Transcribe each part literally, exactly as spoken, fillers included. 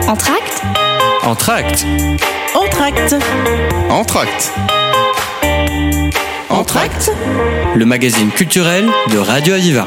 Entracte. Entracte. Entracte. Entracte. Entracte. Le magazine culturel de Radio Aviva.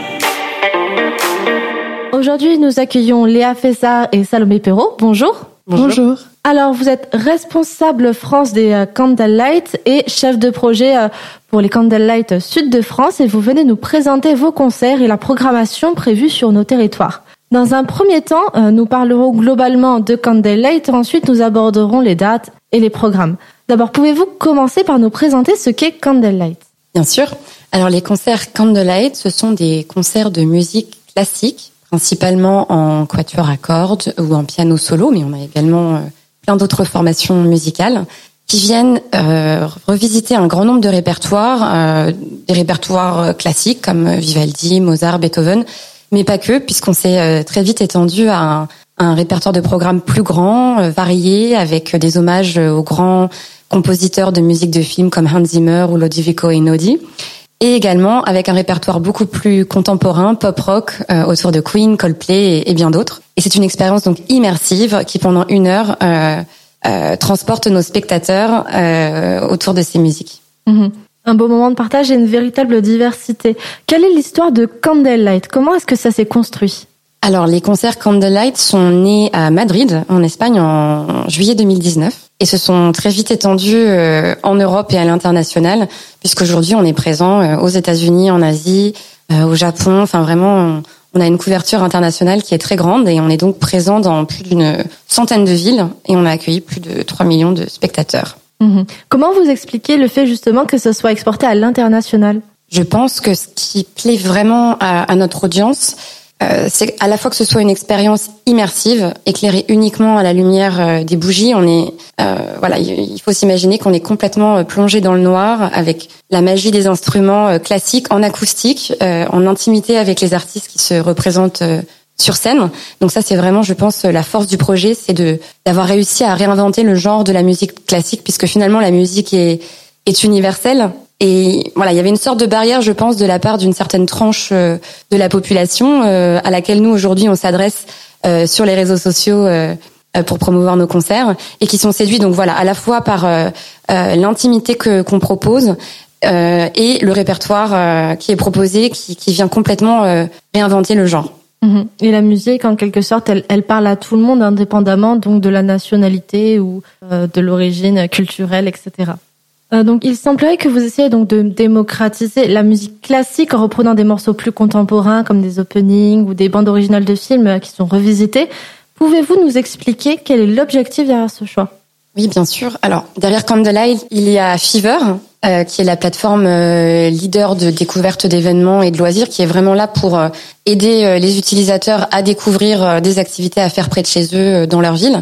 Aujourd'hui, nous accueillons Léa Fessard et Salomé Perrault. Bonjour. Bonjour. Bonjour. Alors, vous êtes responsable France des euh, Candlelight et chef de projet euh, pour les Candlelight Sud de France et vous venez nous présenter vos concerts et la programmation prévue sur nos territoires. Dans un premier temps, euh, nous parlerons globalement de Candlelight, ensuite nous aborderons les dates et les programmes. D'abord, pouvez-vous commencer par nous présenter ce qu'est Candlelight ? Bien sûr. Alors, les concerts Candlelight, ce sont des concerts de musique classique, principalement en quatuor à cordes ou en piano solo, mais on a également euh, plein d'autres formations musicales qui viennent euh, revisiter un grand nombre de répertoires, euh, des répertoires classiques comme Vivaldi, Mozart, Beethoven, mais pas que, puisqu'on s'est euh, très vite étendu à un, à un répertoire de programmes plus grand, euh, varié, avec des hommages aux grands compositeurs de musique de film comme Hans Zimmer ou Ludovico Einaudi. Et également avec un répertoire beaucoup plus contemporain, pop-rock, euh, autour de Queen, Coldplay et, et bien d'autres. Et c'est une expérience donc immersive qui, pendant une heure, euh, euh, transporte nos spectateurs euh, autour de ces musiques. Mmh. Un beau moment de partage et une véritable diversité. Quelle est l'histoire de Candlelight ? Comment est-ce que ça s'est construit ? Alors, les concerts Candlelight sont nés à Madrid, en Espagne, en juillet deux mille dix-neuf. Et se sont très vite étendus euh, en Europe et à l'international, puisqu'aujourd'hui on est présent euh, aux États-Unis, en Asie, euh, au Japon. Enfin vraiment, on, on a une couverture internationale qui est très grande et on est donc présent dans plus d'une centaine de villes et on a accueilli plus de trois millions de spectateurs. Mmh. Comment vous expliquez le fait justement que ce soit exporté à l'international ? Je pense que ce qui plaît vraiment à, à notre audience, Euh, c'est à la fois que ce soit une expérience immersive, éclairée uniquement à la lumière euh, des bougies. On est, euh, voilà, il faut s'imaginer qu'on est complètement euh, plongé dans le noir avec la magie des instruments euh, classiques en acoustique, euh, en intimité avec les artistes qui se représentent euh, sur scène. Donc ça, c'est vraiment, je pense, la force du projet, c'est de d'avoir réussi à réinventer le genre de la musique classique, puisque finalement la musique est est universelle. Et voilà, il y avait une sorte de barrière, je pense, de la part d'une certaine tranche euh, de la population euh, à laquelle nous aujourd'hui on s'adresse euh, sur les réseaux sociaux euh, pour promouvoir nos concerts et qui sont séduits donc voilà à la fois par euh, euh, l'intimité que qu'on propose euh, et le répertoire euh, qui est proposé, qui, qui vient complètement euh, réinventer le genre. Et la musique, en quelque sorte, elle, elle parle à tout le monde, indépendamment donc de la nationalité ou euh, de l'origine culturelle, et cetera. Euh, donc, il semblerait que vous essayez donc de démocratiser la musique classique en reprenant des morceaux plus contemporains comme des openings ou des bandes originales de films qui sont revisitées. Pouvez-vous nous expliquer quel est l'objectif derrière ce choix ? Oui, bien sûr. Alors, derrière Candlelight, il y a Fever, euh, qui est la plateforme euh, leader de découverte d'événements et de loisirs, qui est vraiment là pour euh, aider euh, les utilisateurs à découvrir euh, des activités à faire près de chez eux, euh, dans leur ville.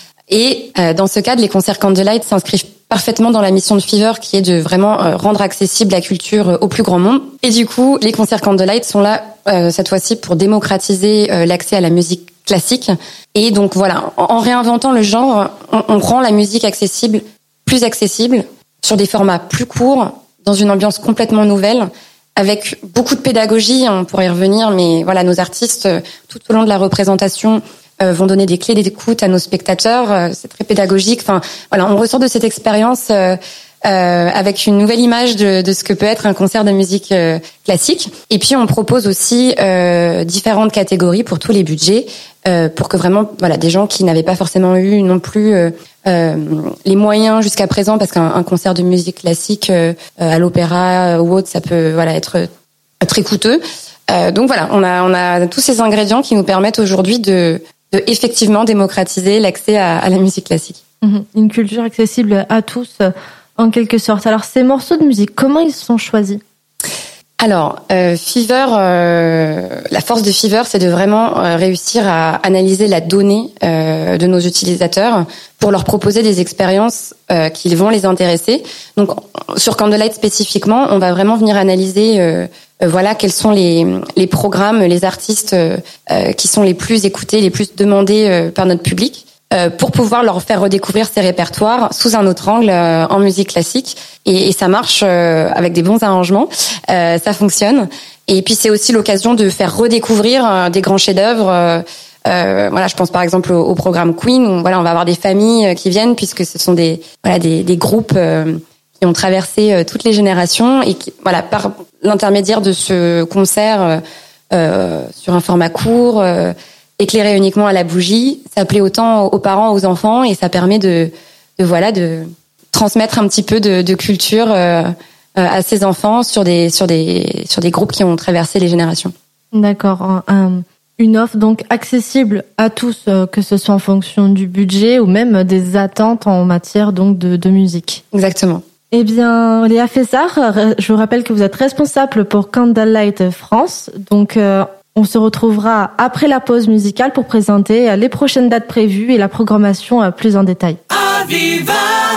Et euh, dans ce cadre, les concerts Candlelight s'inscrivent parfaitement dans la mission de Fever, qui est de vraiment euh, rendre accessible la culture euh, au plus grand monde. Et du coup, les concerts Candlelight sont là euh, cette fois-ci pour démocratiser euh, l'accès à la musique classique. Et donc voilà, en, en réinventant le genre, on, on rend la musique accessible, plus accessible, sur des formats plus courts, dans une ambiance complètement nouvelle, avec beaucoup de pédagogie. On pourrait y revenir, mais voilà, nos artistes, euh, tout au long de la représentation, Euh, vont donner des clés d'écoute à nos spectateurs. Euh, c'est très pédagogique. Enfin, voilà, on ressort de cette expérience euh, euh, avec une nouvelle image de, de ce que peut être un concert de musique euh, classique. Et puis, on propose aussi euh, différentes catégories pour tous les budgets, euh, pour que vraiment, voilà, des gens qui n'avaient pas forcément eu non plus euh, euh, les moyens jusqu'à présent, parce qu'un un concert de musique classique euh, à l'opéra ou autre, ça peut, voilà, être très coûteux. Euh, donc voilà, on a on a tous ces ingrédients qui nous permettent aujourd'hui de de effectivement démocratiser l'accès à, à la musique classique. Mmh. Une culture accessible à tous, en quelque sorte. Alors, ces morceaux de musique, comment ils sont choisis ? Alors, euh, Fever, euh, la force de Fever, c'est de vraiment euh, réussir à analyser la donnée euh, de nos utilisateurs pour leur proposer des expériences euh, qui vont les intéresser. Donc, sur Candlelight spécifiquement, on va vraiment venir analyser euh, euh, voilà quels sont les les programmes, les artistes euh, euh, qui sont les plus écoutés, les plus demandés euh, par notre public, euh, pour pouvoir leur faire redécouvrir ces répertoires sous un autre angle euh, en musique classique. Et, et ça marche euh, avec des bons arrangements, euh, ça fonctionne. Et puis c'est aussi l'occasion de faire redécouvrir euh, des grands chefs-d'œuvre euh, Euh, voilà, je pense par exemple au, au programme Queen où voilà, on va avoir des familles qui viennent puisque ce sont des voilà des, des groupes euh, qui ont traversé euh, toutes les générations et qui voilà par l'intermédiaire de ce concert euh, euh, sur un format court, euh, éclairé uniquement à la bougie, ça plaît autant aux parents, aux enfants et ça permet de, de voilà de transmettre un petit peu de, de culture euh, à ces enfants sur des sur des sur des groupes qui ont traversé les générations. D'accord. Un, un, une offre donc accessible à tous, euh, que ce soit en fonction du budget ou même des attentes en matière donc de, de musique. Exactement. Eh bien, Léa Fessard, je vous rappelle que vous êtes responsable pour Candlelight France. Donc, euh, on se retrouvera après la pause musicale pour présenter les prochaines dates prévues et la programmation euh, plus en détail. Aviva!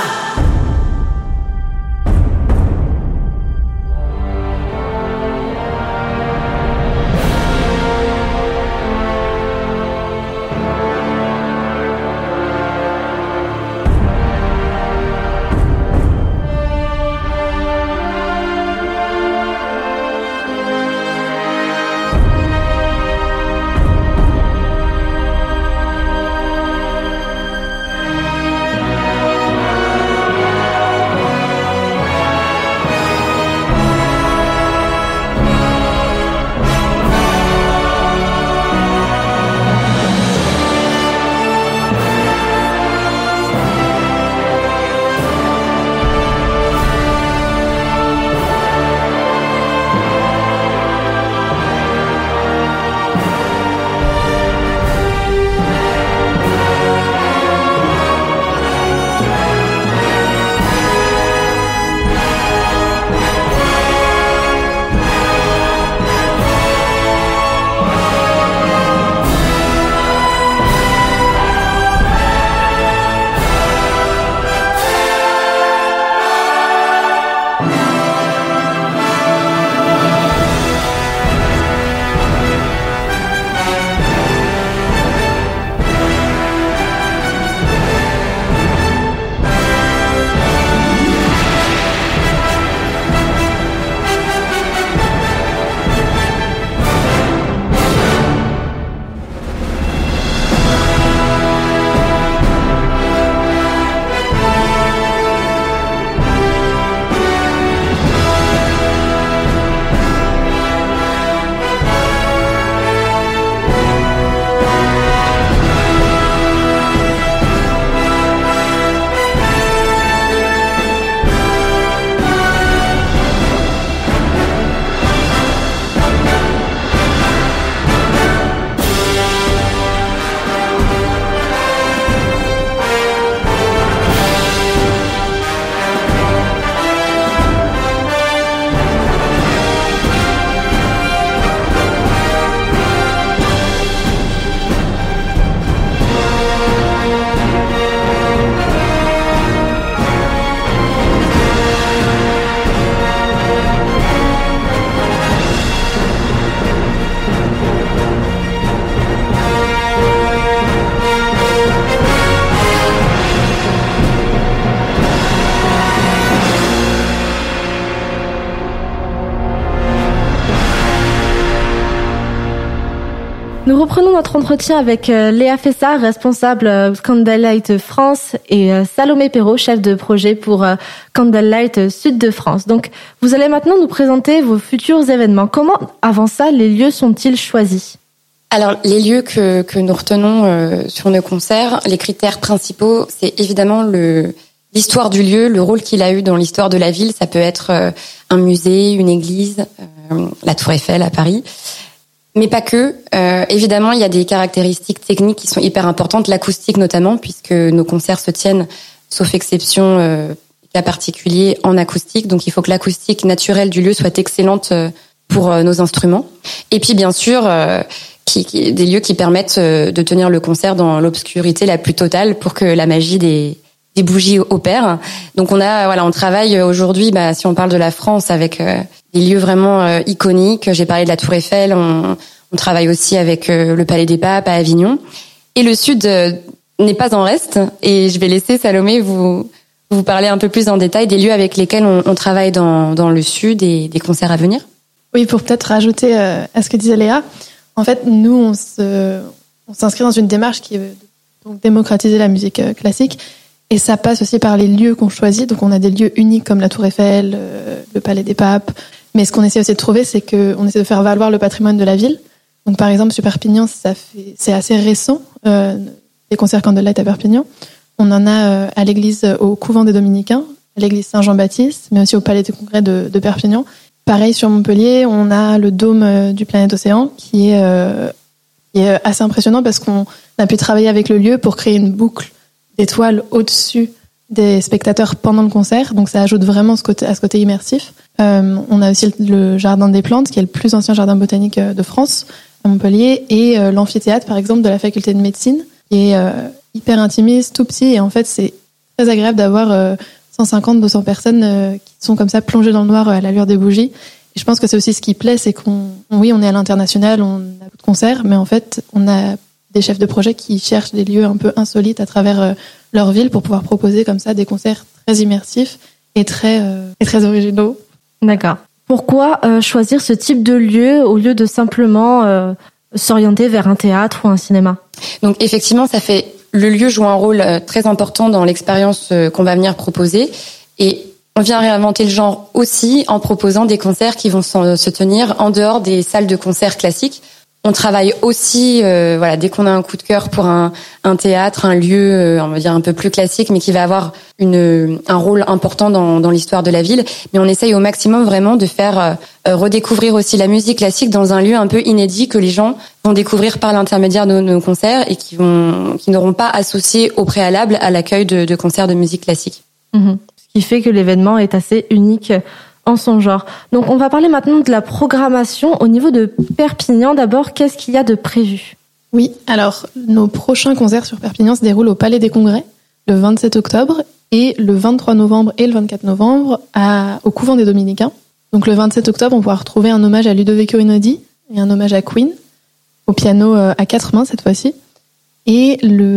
Nous reprenons notre entretien avec Léa Fessard, responsable Candlelight France, et Salomé Perrault, chef de projet pour Candlelight Sud de France. Donc, vous allez maintenant nous présenter vos futurs événements. Comment, avant ça, les lieux sont-ils choisis ? Alors, les lieux que, que nous retenons euh, sur nos concerts, les critères principaux, c'est évidemment le, l'histoire du lieu, le rôle qu'il a eu dans l'histoire de la ville. Ça peut être euh, un musée, une église, euh, la Tour Eiffel à Paris. Mais pas que. Euh, évidemment, il y a des caractéristiques techniques qui sont hyper importantes, l'acoustique notamment, puisque nos concerts se tiennent, sauf exception, euh, cas particulier, en acoustique. Donc, il faut que l'acoustique naturelle du lieu soit excellente euh, pour euh, nos instruments. Et puis, bien sûr, euh, qui, qui, des lieux qui permettent euh, de tenir le concert dans l'obscurité la plus totale pour que la magie des, des bougies opère. Donc, on a, voilà, on travaille aujourd'hui, bah, si on parle de la France, avec euh, des lieux vraiment euh, iconiques. J'ai parlé de la Tour Eiffel. On, on travaille aussi avec euh, le Palais des Papes à Avignon. Et le Sud euh, n'est pas en reste. Et je vais laisser Salomé vous vous parler un peu plus en détail des lieux avec lesquels on, on travaille dans dans le Sud et des concerts à venir. Oui, pour peut-être rajouter euh, à ce que disait Léa. En fait, nous, on se on s'inscrit dans une démarche qui veut donc démocratiser la musique classique. Et ça passe aussi par les lieux qu'on choisit. Donc on a des lieux uniques comme la Tour Eiffel, euh, le Palais des Papes. Mais ce qu'on essaie aussi de trouver, c'est qu'on essaie de faire valoir le patrimoine de la ville. Donc par exemple, sur Perpignan, ça fait, c'est assez récent, euh, les concerts Candlelight à Perpignan. On en a euh, à l'église, au couvent des Dominicains, à l'église Saint-Jean-Baptiste, mais aussi au Palais des Congrès de, de Perpignan. Pareil, sur Montpellier, on a le dôme euh, du Planète Océan, qui est, euh, qui est assez impressionnant parce qu'on a pu travailler avec le lieu pour créer une boucle d'étoiles au-dessus des spectateurs pendant le concert. Donc ça ajoute vraiment ce côté, à ce côté immersif. Euh, on a aussi le Jardin des Plantes, qui est le plus ancien jardin botanique de France, à Montpellier, et euh, l'amphithéâtre, par exemple, de la faculté de médecine, qui est euh, hyper intimiste, tout petit, et en fait, c'est très agréable d'avoir euh, cent cinquante à deux cents personnes euh, qui sont comme ça plongées dans le noir à la lueur des bougies. Et je pense que c'est aussi ce qui plaît, c'est qu'on, oui, on est à l'international, on a beaucoup de concerts, mais en fait, on a des chefs de projet qui cherchent des lieux un peu insolites à travers euh, leur ville pour pouvoir proposer comme ça des concerts très immersifs et très, euh, et très originaux. D'accord. Pourquoi euh, choisir ce type de lieu au lieu de simplement euh, s'orienter vers un théâtre ou un cinéma ? Donc effectivement, ça fait le lieu joue un rôle très important dans l'expérience qu'on va venir proposer, et on vient réinventer le genre aussi en proposant des concerts qui vont se tenir en dehors des salles de concert classiques. On travaille aussi, euh, voilà, dès qu'on a un coup de cœur pour un, un théâtre, un lieu, euh, on va dire un peu plus classique, mais qui va avoir une, un rôle important dans, dans l'histoire de la ville. Mais on essaye au maximum vraiment de faire euh, redécouvrir aussi la musique classique dans un lieu un peu inédit que les gens vont découvrir par l'intermédiaire de nos concerts et qui vont, qui n'auront pas associé au préalable à l'accueil de, de concerts de musique classique. Mmh. Ce qui fait que l'événement est assez unique en son genre. Donc on va parler maintenant de la programmation au niveau de Perpignan. D'abord, qu'est-ce qu'il y a de prévu ? Oui, alors nos prochains concerts sur Perpignan se déroulent au Palais des Congrès le vingt-sept octobre et le vingt-trois novembre et le vingt-quatre novembre à, au couvent des Dominicains. Donc le vingt-sept octobre, on pourra retrouver un hommage à Ludovico Einaudi et un hommage à Queen, au piano à quatre mains cette fois-ci. Et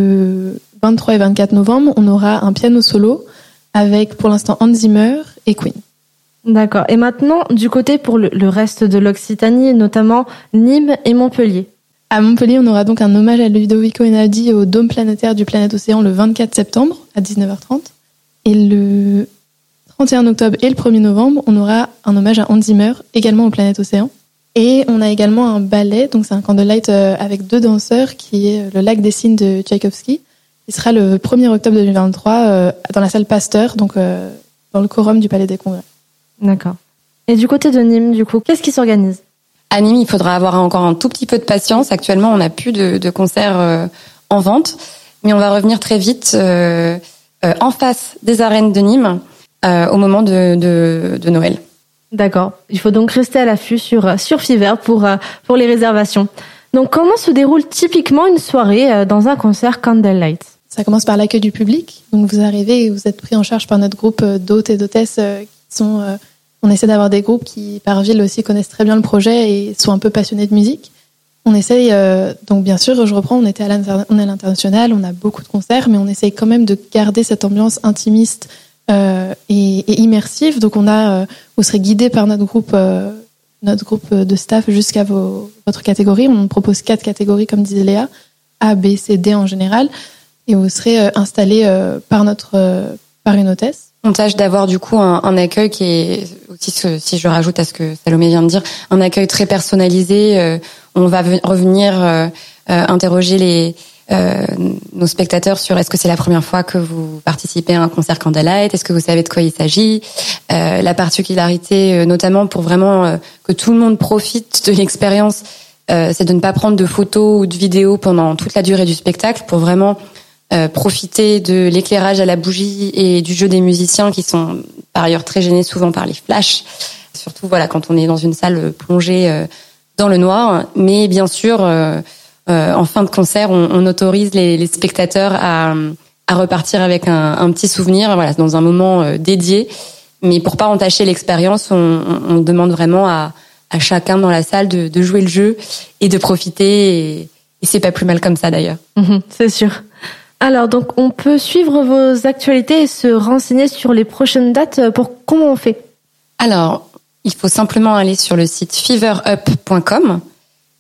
le vingt-trois et vingt-quatre novembre, on aura un piano solo avec pour l'instant Hans Zimmer et Queen. D'accord. Et maintenant, du côté pour le, le reste de l'Occitanie, notamment Nîmes et Montpellier. À Montpellier, on aura donc un hommage à Ludovico Einaudi au dôme planétaire du Planète Océan le vingt-quatre septembre à dix-neuf heures trente. Et le trente et un octobre et le premier novembre, on aura un hommage à Hans Zimmer, également au Planète Océan. Et on a également un ballet, donc c'est un candlelight avec deux danseurs, qui est le Lac des Cygnes de Tchaïkovski. Il sera le premier octobre deux mille vingt-trois dans la salle Pasteur, donc dans le quorum du Palais des Congrès. D'accord. Et du côté de Nîmes, du coup, qu'est-ce qui s'organise ? À Nîmes, il faudra avoir encore un tout petit peu de patience. Actuellement, on n'a plus de, de concerts euh, en vente, mais on va revenir très vite euh, euh, en face des arènes de Nîmes euh, au moment de, de, de Noël. D'accord. Il faut donc rester à l'affût sur, sur Fiverr pour, pour les réservations. Donc, comment se déroule typiquement une soirée dans un concert Candlelight ? Ça commence par l'accueil du public. Donc, vous arrivez et vous êtes pris en charge par notre groupe d'hôtes et d'hôtesses qui sont... Euh, on essaie d'avoir des groupes qui, par ville aussi, connaissent très bien le projet et sont un peu passionnés de musique. On essaye... Euh, donc, bien sûr, je reprends, on était à on est à l'international, on a beaucoup de concerts, mais on essaye quand même de garder cette ambiance intimiste euh, et, et immersive. Donc, on a... Euh, vous serez guidé par notre groupe... Euh, notre groupe de staff jusqu'à vos, votre catégorie. On propose quatre catégories, comme disait Léa, A, B, C, D en général, et vous serez euh, installé euh, par notre euh, par une hôtesse. On tâche d'avoir du coup un, un accueil qui est aussi, si je rajoute à ce que Salomé vient de dire, un accueil très personnalisé. Euh, on va v- revenir euh, euh, interroger les euh, nos spectateurs sur est-ce que c'est la première fois que vous participez à un concert Candlelight, est-ce que vous savez de quoi il s'agit. Euh, la particularité, euh, notamment pour vraiment euh, que tout le monde profite de l'expérience, euh, c'est de ne pas prendre de photos ou de vidéos pendant toute la durée du spectacle pour vraiment euh, profiter de l'éclairage à la bougie et du jeu des musiciens qui sont par ailleurs très gênés souvent par les flashs, surtout voilà quand on est dans une salle plongée euh, dans le noir. Mais bien sûr, euh, euh, en fin de concert, on, on autorise les, les spectateurs à, à repartir avec un, un petit souvenir, voilà, dans un moment euh, dédié. Mais pour pas entacher l'expérience, on, on, on demande vraiment à, à chacun dans la salle de, de jouer le jeu et de profiter. Et, et c'est pas plus mal comme ça d'ailleurs. Mmh, c'est sûr. Alors donc on peut suivre vos actualités et se renseigner sur les prochaines dates. Pour comment on fait ? Alors il faut simplement aller sur le site fever up point com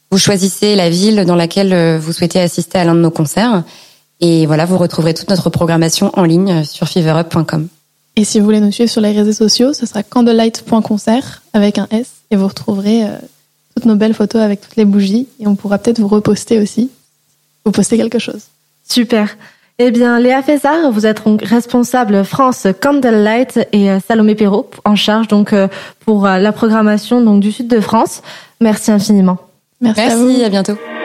Vous choisissez la ville dans laquelle vous souhaitez assister à l'un de nos concerts. Et voilà, vous retrouverez toute notre programmation en ligne sur fever up point com. Et si vous voulez nous suivre sur les réseaux sociaux, ce sera candlelight point concert avec un S et vous retrouverez euh, toutes nos belles photos avec toutes les bougies et on pourra peut-être vous reposter aussi, vous poster quelque chose. Super. Eh bien, Léa Fessard, vous êtes donc responsable France Candlelight et euh, Salomé Perrault en charge donc euh, pour euh, la programmation donc du sud de France. Merci infiniment. Merci, Merci, à vous. À bientôt.